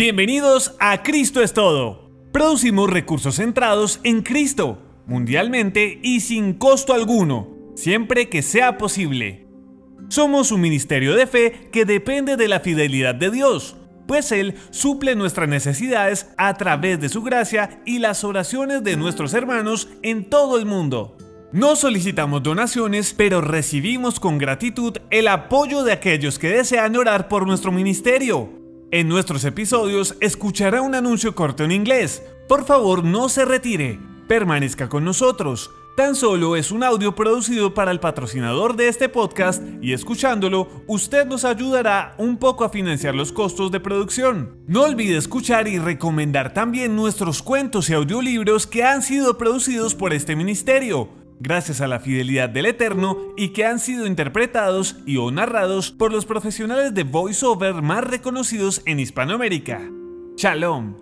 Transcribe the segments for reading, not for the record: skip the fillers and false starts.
Bienvenidos a Cristo es Todo. Producimos recursos centrados en Cristo, mundialmente y sin costo alguno, siempre que sea posible. Somos un ministerio de fe que depende de la fidelidad de Dios, pues Él suple nuestras necesidades a través de su gracia y las oraciones de nuestros hermanos en todo el mundo. No solicitamos donaciones, pero recibimos con gratitud el apoyo de aquellos que desean orar por nuestro ministerio. En nuestros episodios escuchará un anuncio corto en inglés. Por favor, no se retire. Permanezca con nosotros. Tan solo es un audio producido para el patrocinador de este podcast y escuchándolo, usted nos ayudará un poco a financiar los costos de producción. No olvide escuchar y recomendar también nuestros cuentos y audiolibros que han sido producidos por este ministerio, gracias a la fidelidad del Eterno, y que han sido interpretados y o narrados por los profesionales de voiceover más reconocidos en Hispanoamérica. Shalom.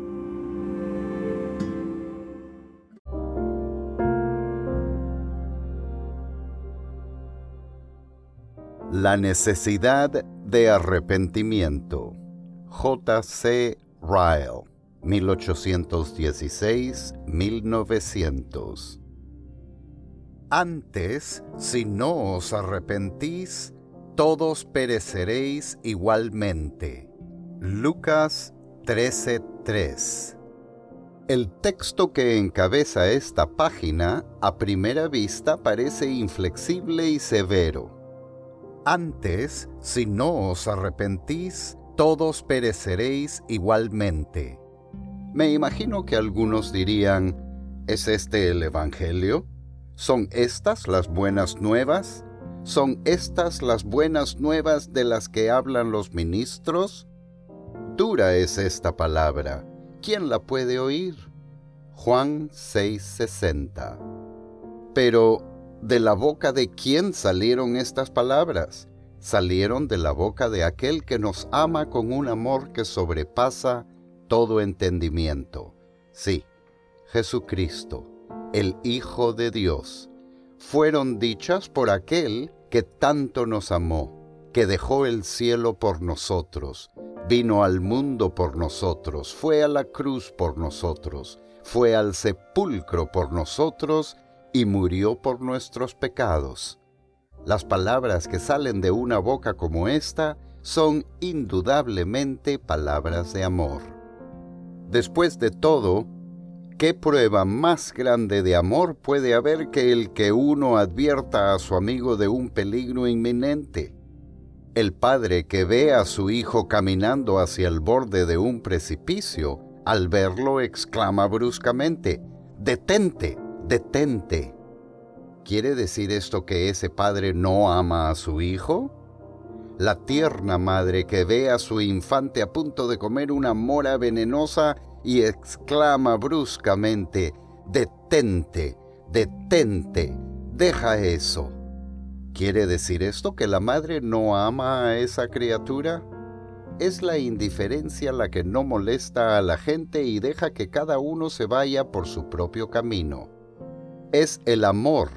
La necesidad de arrepentimiento. J.C. Ryle, 1816-1900. Antes, si no os arrepentís, todos pereceréis igualmente. Lucas 13:3. El texto que encabeza esta página, a primera vista, parece inflexible y severo. Antes, si no os arrepentís, todos pereceréis igualmente. Me imagino que algunos dirían, ¿es este el Evangelio? ¿Son estas las buenas nuevas? ¿Son estas las buenas nuevas de las que hablan los ministros? Dura es esta palabra. ¿Quién la puede oír? Juan 6:60. Pero, ¿de la boca de quién salieron estas palabras? Salieron de la boca de aquel que nos ama con un amor que sobrepasa todo entendimiento. Sí, Jesucristo, el Hijo de Dios. Fueron dichas por aquel que tanto nos amó, que dejó el cielo por nosotros, vino al mundo por nosotros, fue a la cruz por nosotros, fue al sepulcro por nosotros y murió por nuestros pecados. Las palabras que salen de una boca como esta son indudablemente palabras de amor. Después de todo, ¿qué prueba más grande de amor puede haber que el que uno advierta a su amigo de un peligro inminente? El padre que ve a su hijo caminando hacia el borde de un precipicio, al verlo exclama bruscamente, «¡Detente! ¡Detente!». ¿Quiere decir esto que ese padre no ama a su hijo? La tierna madre que ve a su infante a punto de comer una mora venenosa y exclama bruscamente, «¡Detente! ¡Detente! ¡Deja eso!». ¿Quiere decir esto que la madre no ama a esa criatura? Es la indiferencia la que no molesta a la gente y deja que cada uno se vaya por su propio camino. Es el amor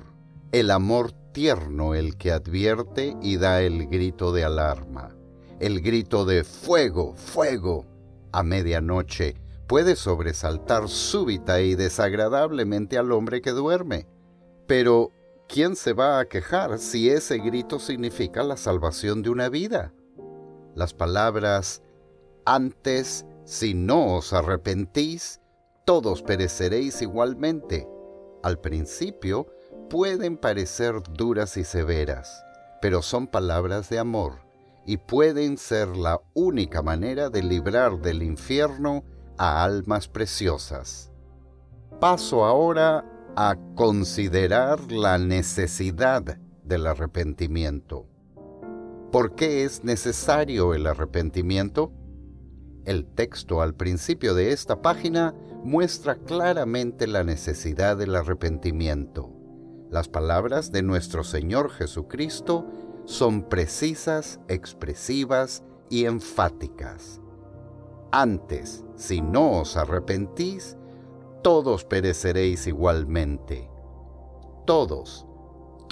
tierno el que advierte y da el grito de alarma. El grito de «¡Fuego! ¡Fuego!» a medianoche puede sobresaltar súbita y desagradablemente al hombre que duerme. Pero, ¿quién se va a quejar si ese grito significa la salvación de una vida? Las palabras, antes, si no os arrepentís, todos pereceréis igualmente, al principio pueden parecer duras y severas, pero son palabras de amor y pueden ser la única manera de librar del infierno a almas preciosas. Paso ahora a considerar la necesidad del arrepentimiento. ¿Por qué es necesario el arrepentimiento? El texto al principio de esta página muestra claramente la necesidad del arrepentimiento. Las palabras de nuestro Señor Jesucristo son precisas, expresivas y enfáticas. Antes, si no os arrepentís, todos pereceréis igualmente. Todos,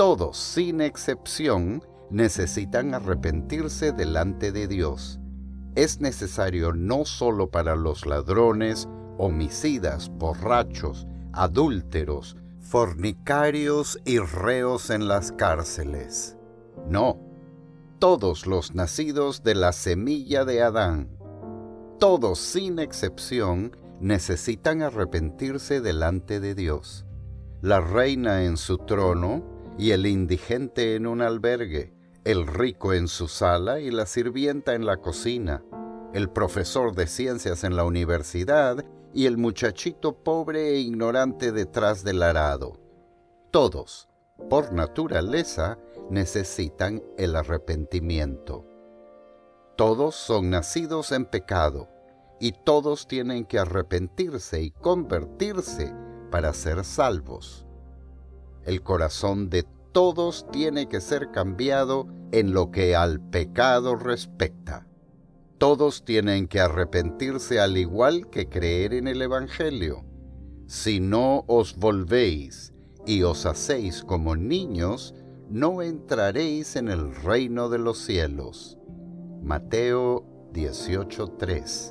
sin excepción, necesitan arrepentirse delante de Dios. es necesario no solo para los ladrones, homicidas, borrachos, adúlteros, fornicarios y reos en las cárceles. No, todos los nacidos de la semilla de Adán, todos sin excepción, necesitan arrepentirse delante de Dios. La reina en su trono y el indigente en un albergue, el rico en su sala y la sirvienta en la cocina, el profesor de ciencias en la universidad y el muchachito pobre e ignorante detrás del arado. Todos, por naturaleza, necesitan el arrepentimiento. Todos son nacidos en pecado y todos tienen que arrepentirse y convertirse para ser salvos. El corazón de todos tiene que ser cambiado en lo que al pecado respecta. Todos tienen que arrepentirse al igual que creer en el Evangelio. Si no os volvéis y os hacéis como niños, no entraréis en el reino de los cielos. Mateo 18:3.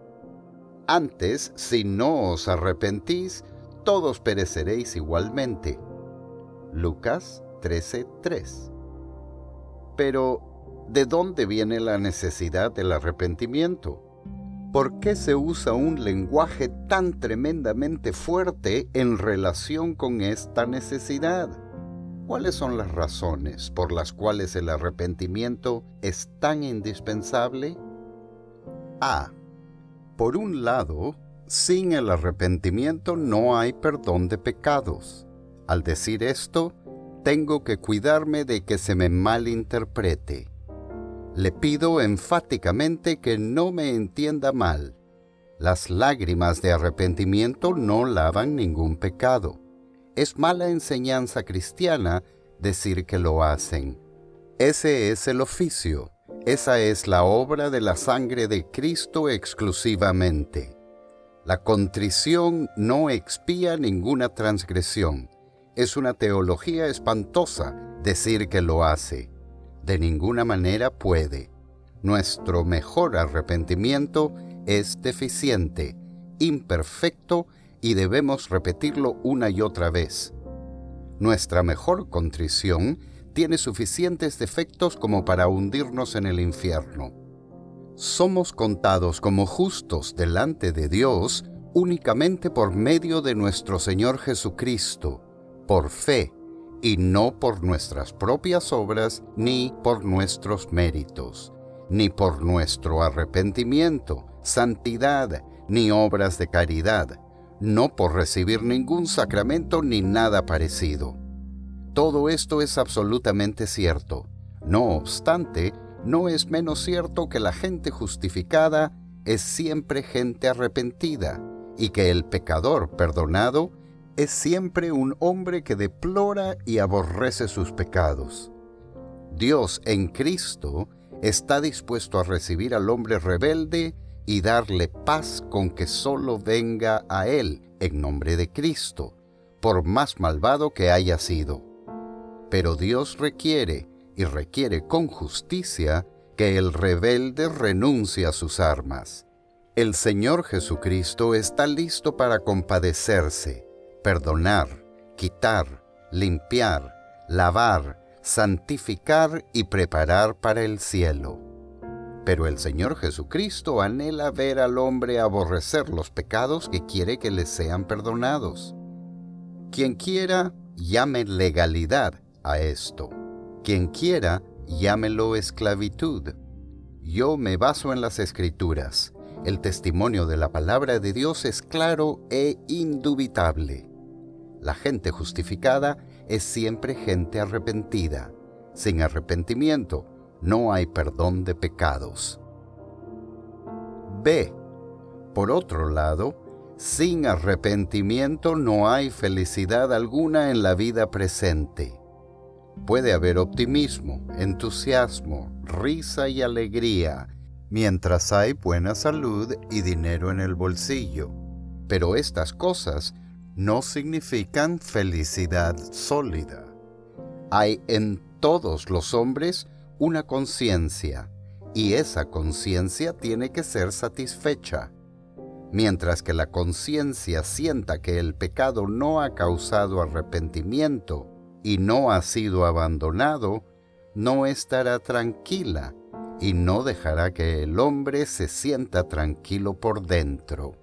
Antes, si no os arrepentís, todos pereceréis igualmente. Lucas 13:3. Pero, ¿de dónde viene la necesidad del arrepentimiento? ¿Por qué se usa un lenguaje tan tremendamente fuerte en relación con esta necesidad? ¿Cuáles son las razones por las cuales el arrepentimiento es tan indispensable? A. Por un lado, sin el arrepentimiento no hay perdón de pecados. Al decir esto, tengo que cuidarme de que se me malinterprete. Le pido enfáticamente que no me entienda mal. Las lágrimas de arrepentimiento no lavan ningún pecado. Es mala enseñanza cristiana decir que lo hacen. Ese es el oficio. Esa es la obra de la sangre de Cristo exclusivamente. La contrición no expía ninguna transgresión. Es una teología espantosa decir que lo hace. De ninguna manera puede. Nuestro mejor arrepentimiento es deficiente, imperfecto y debemos repetirlo una y otra vez. Nuestra mejor contrición tiene suficientes defectos como para hundirnos en el infierno. Somos contados como justos delante de Dios únicamente por medio de nuestro Señor Jesucristo, por fe, y no por nuestras propias obras, ni por nuestros méritos, ni por nuestro arrepentimiento, santidad, ni obras de caridad, no por recibir ningún sacramento ni nada parecido. Todo esto es absolutamente cierto. No obstante, no es menos cierto que la gente justificada es siempre gente arrepentida, y que el pecador perdonado es siempre un hombre que deplora y aborrece sus pecados. Dios en Cristo está dispuesto a recibir al hombre rebelde y darle paz con que solo venga a él en nombre de Cristo, por más malvado que haya sido. Pero Dios requiere, y requiere con justicia, que el rebelde renuncie a sus armas. El Señor Jesucristo está listo para compadecerse, perdonar, quitar, limpiar, lavar, santificar y preparar para el cielo. Pero el Señor Jesucristo anhela ver al hombre aborrecer los pecados que quiere que le sean perdonados. Quien quiera, llame legalidad a esto. Quien quiera, llámelo esclavitud. Yo me baso en las Escrituras. El testimonio de la palabra de Dios es claro e indubitable. La gente justificada es siempre gente arrepentida. Sin arrepentimiento no hay perdón de pecados. B. Por otro lado, sin arrepentimiento no hay felicidad alguna en la vida presente. Puede haber optimismo, entusiasmo, risa y alegría, mientras hay buena salud y dinero en el bolsillo. Pero estas cosas no significan felicidad sólida. Hay en todos los hombres una conciencia, y esa conciencia tiene que ser satisfecha. Mientras que la conciencia sienta que el pecado no ha causado arrepentimiento y no ha sido abandonado, no estará tranquila y no dejará que el hombre se sienta tranquilo por dentro.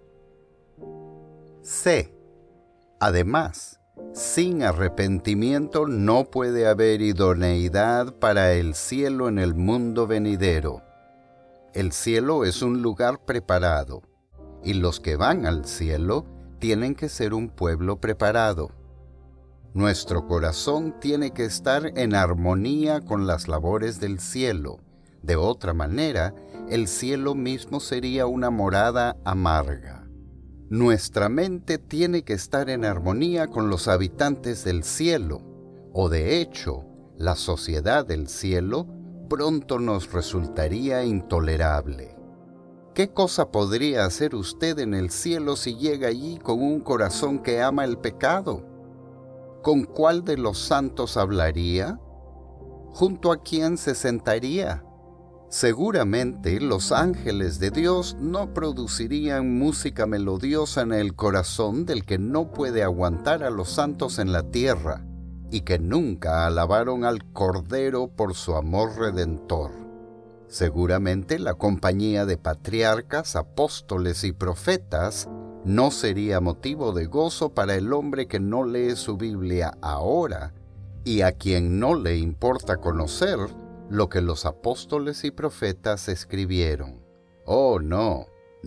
C. Además, sin arrepentimiento no puede haber idoneidad para el cielo en el mundo venidero. El cielo es un lugar preparado, y los que van al cielo tienen que ser un pueblo preparado. Nuestro corazón tiene que estar en armonía con las labores del cielo. De otra manera, el cielo mismo sería una morada amarga. Nuestra mente tiene que estar en armonía con los habitantes del cielo, o de hecho, la sociedad del cielo pronto nos resultaría intolerable. ¿Qué cosa podría hacer usted en el cielo si llega allí con un corazón que ama el pecado? ¿Con cuál de los santos hablaría? ¿Junto a quién se sentaría? Seguramente los ángeles de Dios no producirían música melodiosa en el corazón del que no puede aguantar a los santos en la tierra y que nunca alabaron al Cordero por su amor redentor. Seguramente la compañía de patriarcas, apóstoles y profetas no sería motivo de gozo para el hombre que no lee su Biblia ahora y a quien no le importa conocer lo que los apóstoles y profetas escribieron. Oh, no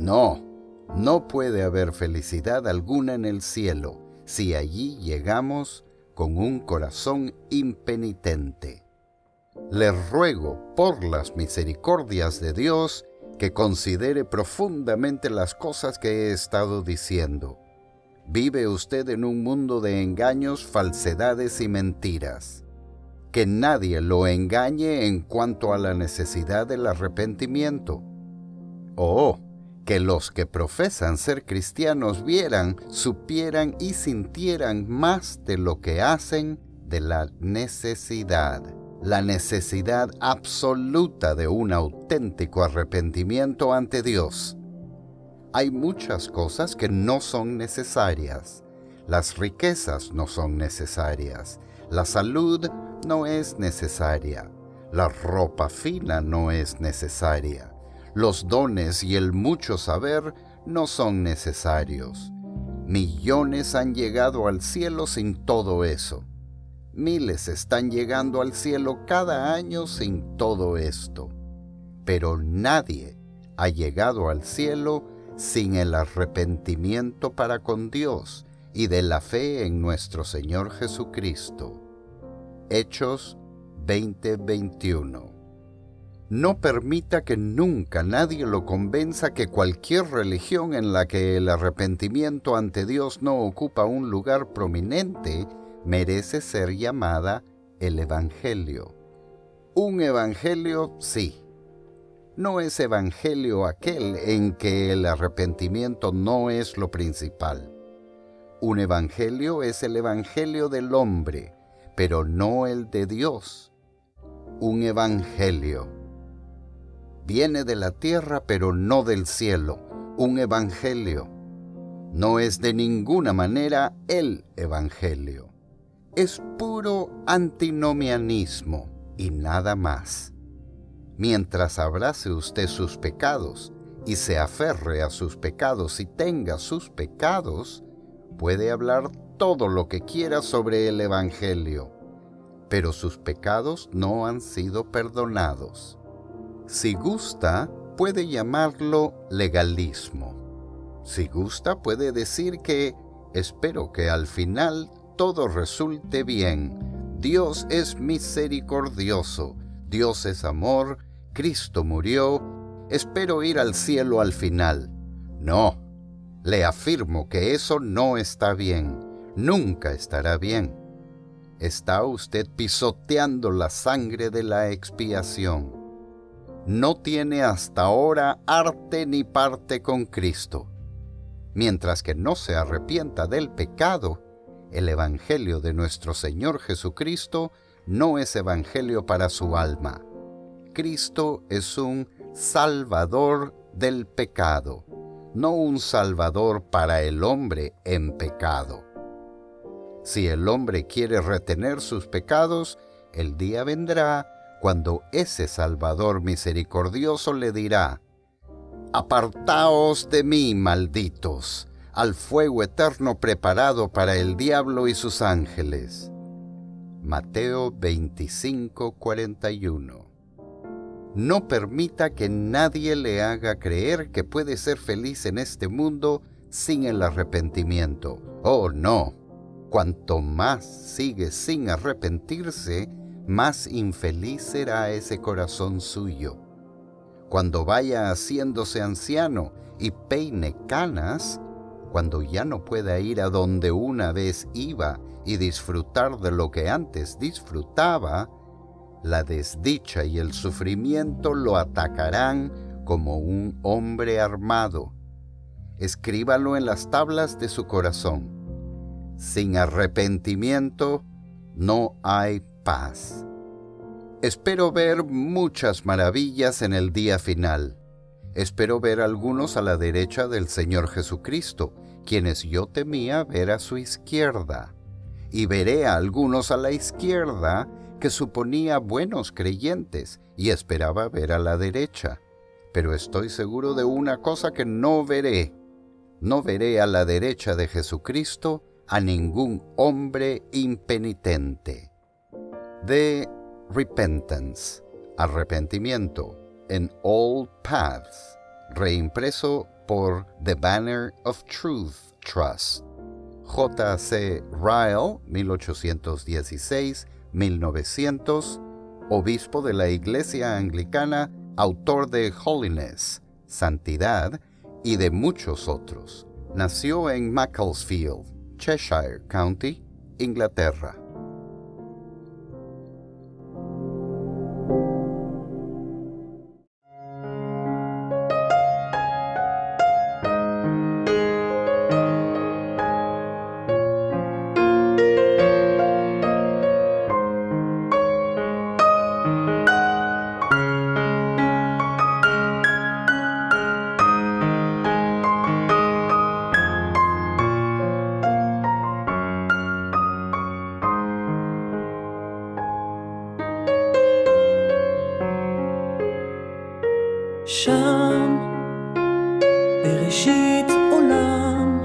puede haber felicidad alguna en el cielo si allí llegamos con un corazón impenitente. Les ruego, por las misericordias de Dios, que considere profundamente las cosas que he estado diciendo. Vive usted en un mundo de engaños, falsedades y mentiras. Que nadie lo engañe en cuanto a la necesidad del arrepentimiento. Oh, que los que profesan ser cristianos vieran, supieran y sintieran más de lo que hacen de la necesidad absoluta de un auténtico arrepentimiento ante Dios. Hay muchas cosas que no son necesarias. Las riquezas no son necesarias. La salud no es necesaria. La ropa fina no es necesaria. Los dones y el mucho saber no son necesarios. Millones han llegado al cielo sin todo eso. Miles están llegando al cielo cada año sin todo esto. Pero nadie ha llegado al cielo sin el arrepentimiento para con Dios y de la fe en nuestro Señor Jesucristo. Hechos 20:21. No permita que nunca nadie lo convenza que cualquier religión en la que el arrepentimiento ante Dios no ocupa un lugar prominente merece ser llamada el Evangelio. Un evangelio, sí. No es evangelio aquel en que el arrepentimiento no es lo principal. Un evangelio es el evangelio del hombre, pero no el de Dios. Un evangelio viene de la tierra, pero no del cielo. Un evangelio no es de ninguna manera el evangelio. Es puro antinomianismo y nada más. Mientras abrace usted sus pecados y se aferre a sus pecados y tenga sus pecados, puede hablar todo lo que quiera sobre el evangelio, pero sus pecados no han sido perdonados. Si gusta, puede llamarlo legalismo. Si gusta, puede decir que espero que al final todo resulte bien. Dios es misericordioso, Dios es amor, Cristo murió, espero ir al cielo al final. No, le afirmo que eso no está bien, nunca estará bien. Está usted pisoteando la sangre de la expiación. No tiene hasta ahora arte ni parte con Cristo. Mientras que no se arrepienta del pecado, el evangelio de nuestro Señor Jesucristo no es evangelio para su alma. Cristo es un salvador del pecado, no un salvador para el hombre en pecado. Si el hombre quiere retener sus pecados, el día vendrá cuando ese Salvador misericordioso le dirá: «Apartaos de mí, malditos, al fuego eterno preparado para el diablo y sus ángeles». Mateo 25:41. No permita que nadie le haga creer que puede ser feliz en este mundo sin el arrepentimiento. Oh, no. Cuanto más sigue sin arrepentirse, más infeliz será ese corazón suyo. Cuando vaya haciéndose anciano y peine canas, cuando ya no pueda ir a donde una vez iba y disfrutar de lo que antes disfrutaba, la desdicha y el sufrimiento lo atacarán como un hombre armado. Escríbalo en las tablas de su corazón. Sin arrepentimiento no hay paz. Espero ver muchas maravillas en el día final. Espero ver a algunos a la derecha del Señor Jesucristo, quienes yo temía ver a su izquierda. Y veré a algunos a la izquierda que suponía buenos creyentes y esperaba ver a la derecha. Pero estoy seguro de una cosa que no veré. No veré a la derecha de Jesucristo a ningún hombre impenitente. De Repentance, arrepentimiento, en All Paths, reimpreso por The Banner of Truth Trust. J.C. Ryle, 1816-1900, obispo de la Iglesia Anglicana, autor de Holiness, Santidad, y de muchos otros. Nació en Macclesfield, Cheshire County, Inglaterra. שם, בראשית עולם,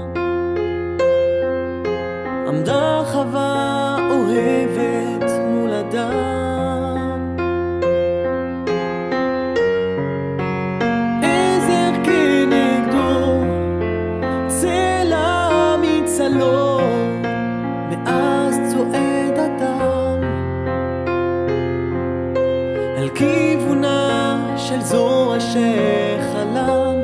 עמדה חווה אוהבת מול אדם. עזר כנגדו, צלע מצלו, מאז צועד אדם אל כיוונה של זו אשר חלם.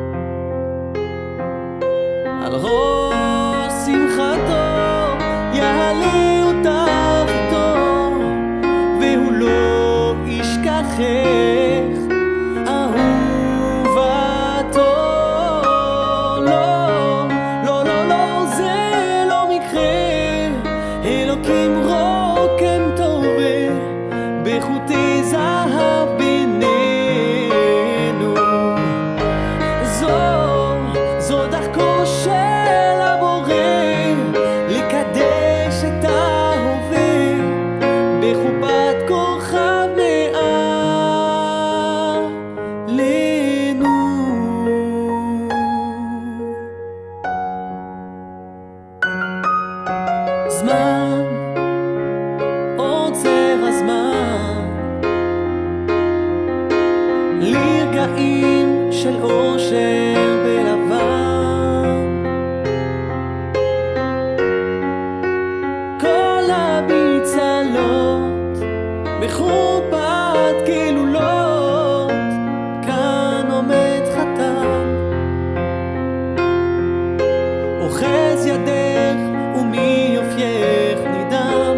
על ראש שמחתו יעלה אותך איתו, והוא לא ישכחך אהובתו. לא, לא, לא, לא, זה לא מקרה, אלוקים רוקם טובה בחוטי זהב בינינו. זו דרכו של הבורא לקדש את ההווה בחופת כוכב מעלינו. זמן עוצר הזמן לרגעים של אושר בלבן. כל הביצלות בחופת כלולות, כאן עומד חתן אוחז ידך ומיופייך נדם.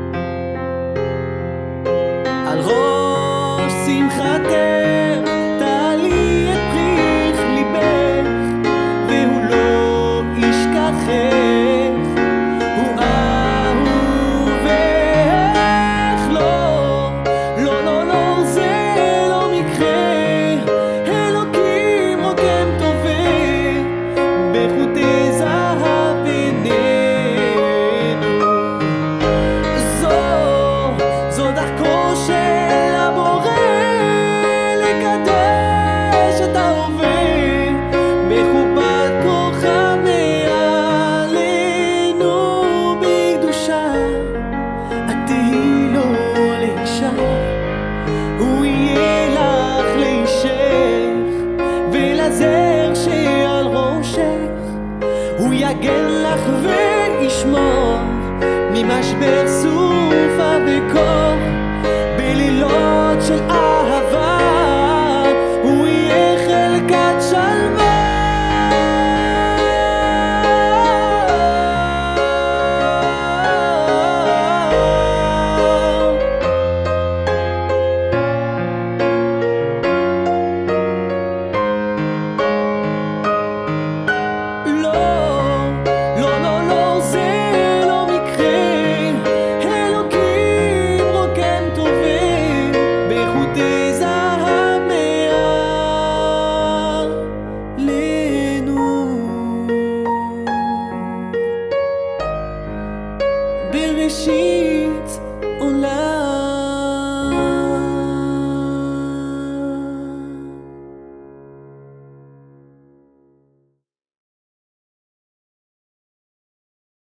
על ראש שמחתך תעלי את פריך ליבך, והוא לא ישכחך, הוא אהובך. לא, לא, לא, לא, זה יבטח וישמור ממשבר סופה וקור בלילות של